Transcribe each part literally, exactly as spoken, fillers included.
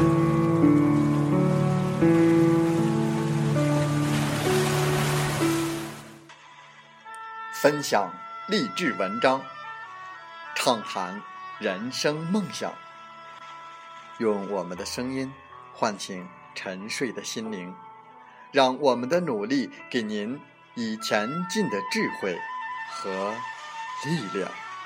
分享励志文章，畅谈人生梦想，用我们的声音唤醒沉睡的心灵，让我们的努力给您以前进的智慧和力量。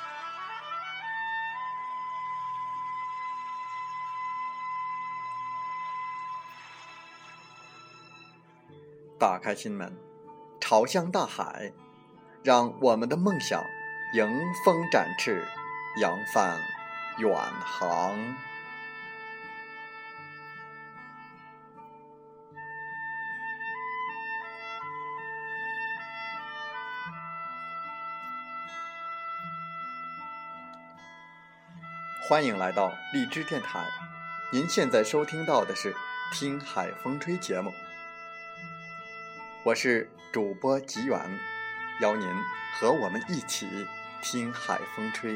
打开心门，朝向大海，让我们的梦想迎风展翅，扬帆远航。欢迎来到荔枝电台，您现在收听到的是听海风吹节目，我是主播吉远，邀您和我们一起听海风吹。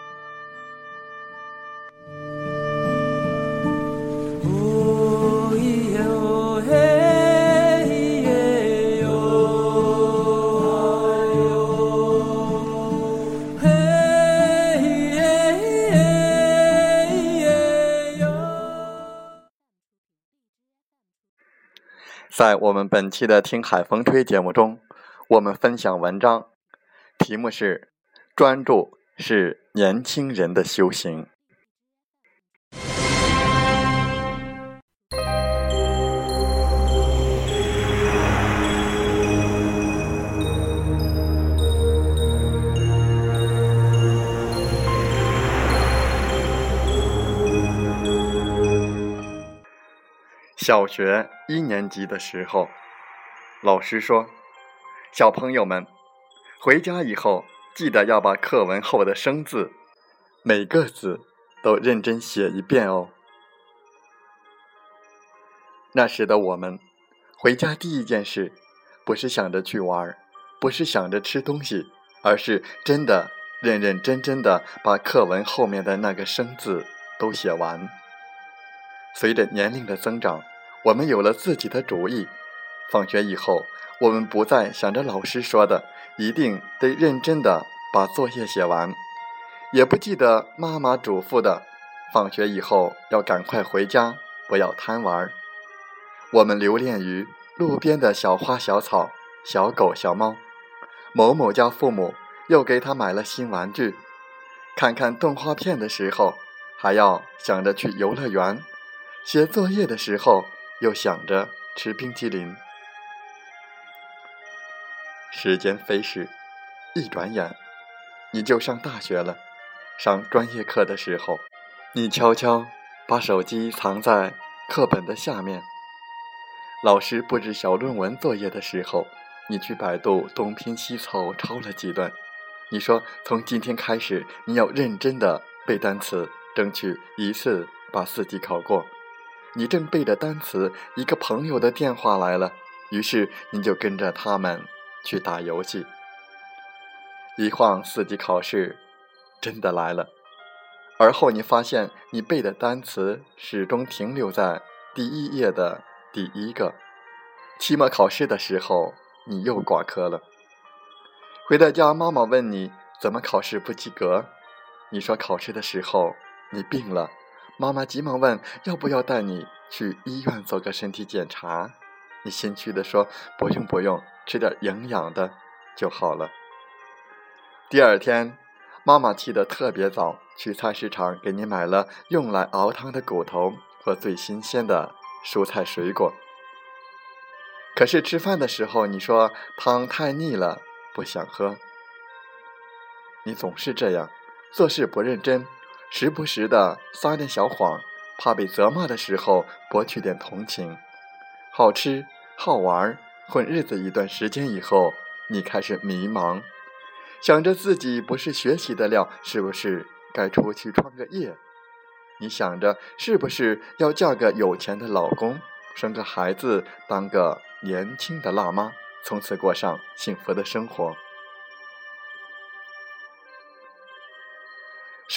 在我们本期的听海风吹节目中，我们分享文章，题目是专注是年轻人的修行。小学一年级的时候，老师说，小朋友们回家以后记得要把课文后的生字每个字都认真写一遍哦。那时的我们回家第一件事不是想着去玩，不是想着吃东西，而是真的认认真真的把课文后面的那个生字都写完。随着年龄的增长，我们有了自己的主意，放学以后我们不再想着老师说的一定得认真的把作业写完，也不记得妈妈嘱咐的放学以后要赶快回家，不要贪玩。我们留恋于路边的小花小草，小狗小猫，某某家父母又给他买了新玩具，看看动画片的时候还要想着去游乐园，写作业的时候又想着吃冰淇淋。时间飞逝，一转眼你就上大学了。上专业课的时候，你悄悄把手机藏在课本的下面。老师布置小论文作业的时候，你去百度东拼西凑抄了几段。你说从今天开始你要认真的背单词，争取一次把四级考过。你正背着单词，一个朋友的电话来了，于是你就跟着他们去打游戏。一晃四级考试真的来了，而后你发现你背的单词始终停留在第一页的第一个。期末考试的时候你又挂科了。回到家，妈妈问你怎么考试不及格，你说考试的时候你病了，妈妈急忙问要不要带你去医院做个身体检查，你心虚地说不用不用，吃点营养的就好了。第二天妈妈起得特别早，去菜市场给你买了用来熬汤的骨头和最新鲜的蔬菜水果。可是吃饭的时候你说汤太腻了，不想喝。你总是这样，做事不认真，时不时的撒点小谎，怕被责骂的时候博取点同情。好吃好玩，混日子一段时间以后，你开始迷茫，想着自己不是学习的料，是不是该出去创个业？你想着是不是要嫁个有钱的老公，生个孩子，当个年轻的辣妈，从此过上幸福的生活。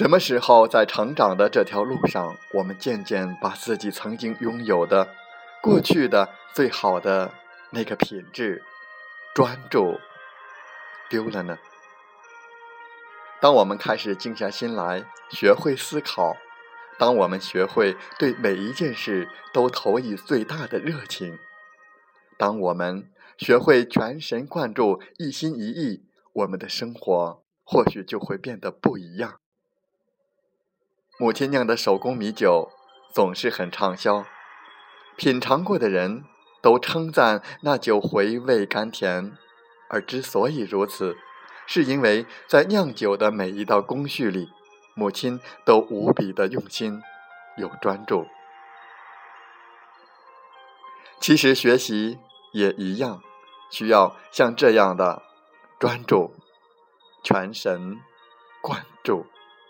什么时候在成长的这条路上，我们渐渐把自己曾经拥有的过去的最好的那个品质专注丢了呢？当我们开始静下心来学会思考，当我们学会对每一件事都投以最大的热情，当我们学会全神贯注一心一意，我们的生活或许就会变得不一样。母亲酿的手工米酒总是很畅销，品尝过的人都称赞那酒回味甘甜，而之所以如此，是因为在酿酒的每一道工序里，母亲都无比的用心又专注。其实学习也一样，需要像这样的专注、全神贯注。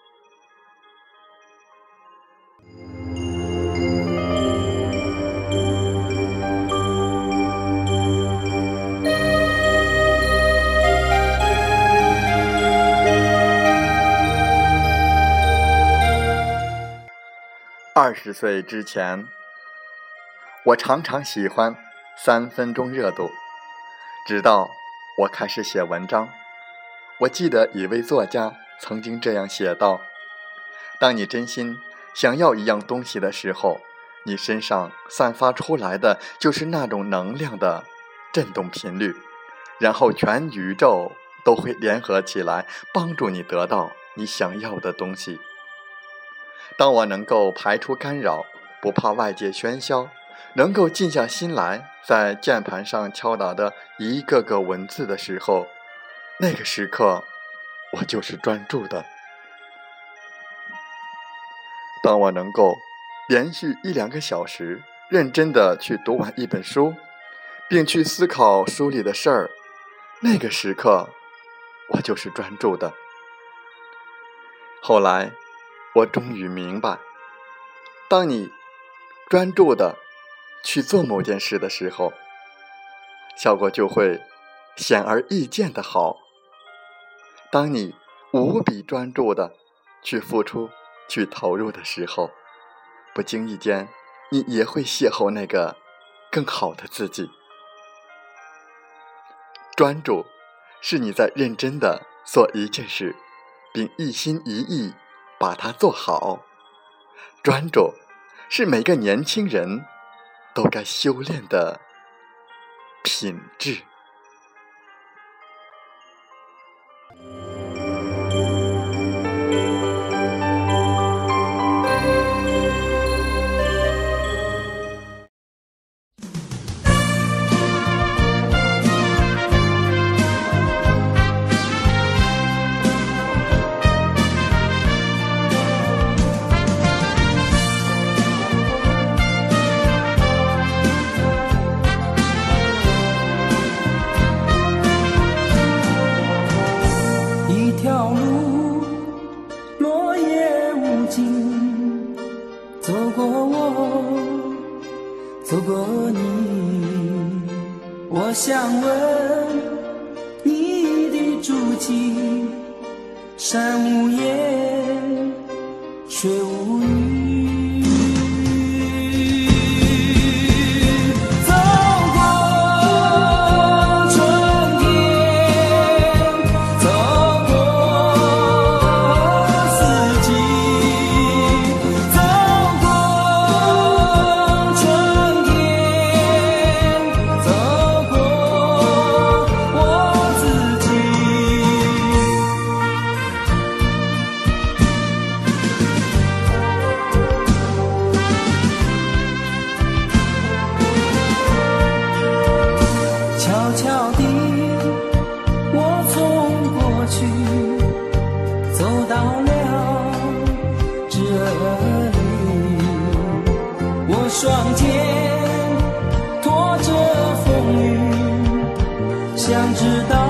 二十岁之前，我常常喜欢三分钟热度，直到我开始写文章。我记得一位作家曾经这样写道：当你真心想要一样东西的时候，你身上散发出来的就是那种能量的振动频率，然后全宇宙都会联合起来，帮助你得到你想要的东西。当我能够排除干扰，不怕外界喧嚣，能够静下心来在键盘上敲打的一个个文字的时候，那个时刻我就是专注的。当我能够连续一两个小时认真的去读完一本书，并去思考书里的事儿，那个时刻我就是专注的。后来我终于明白，当你专注的去做某件事的时候，效果就会显而易见的好。当你无比专注的去付出、去投入的时候，不经意间你也会邂逅那个更好的自己。专注是你在认真的做一件事，并一心一意把它做好。专注是每个年轻人都该修炼的品质。 走过我，走过你，我想问你的足迹，山无言，水无语。双肩拖着风雨，想知道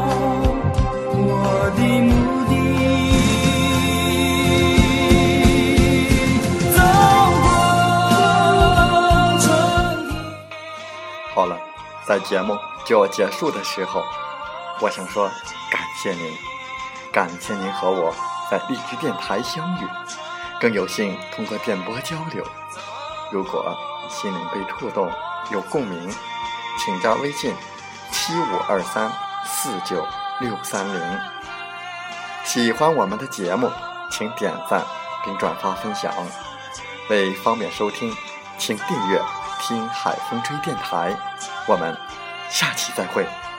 我的目的。走过春天。 好了，在节目就要结束的时候，我想说感谢您，感谢您和我在荔枝电台相遇，更有幸通过电波交流。如果心灵被触动，有共鸣，请加微信七五二三四九六三零。喜欢我们的节目，请点赞并转发分享。为方便收听，请订阅听海风吹电台。我们下期再会。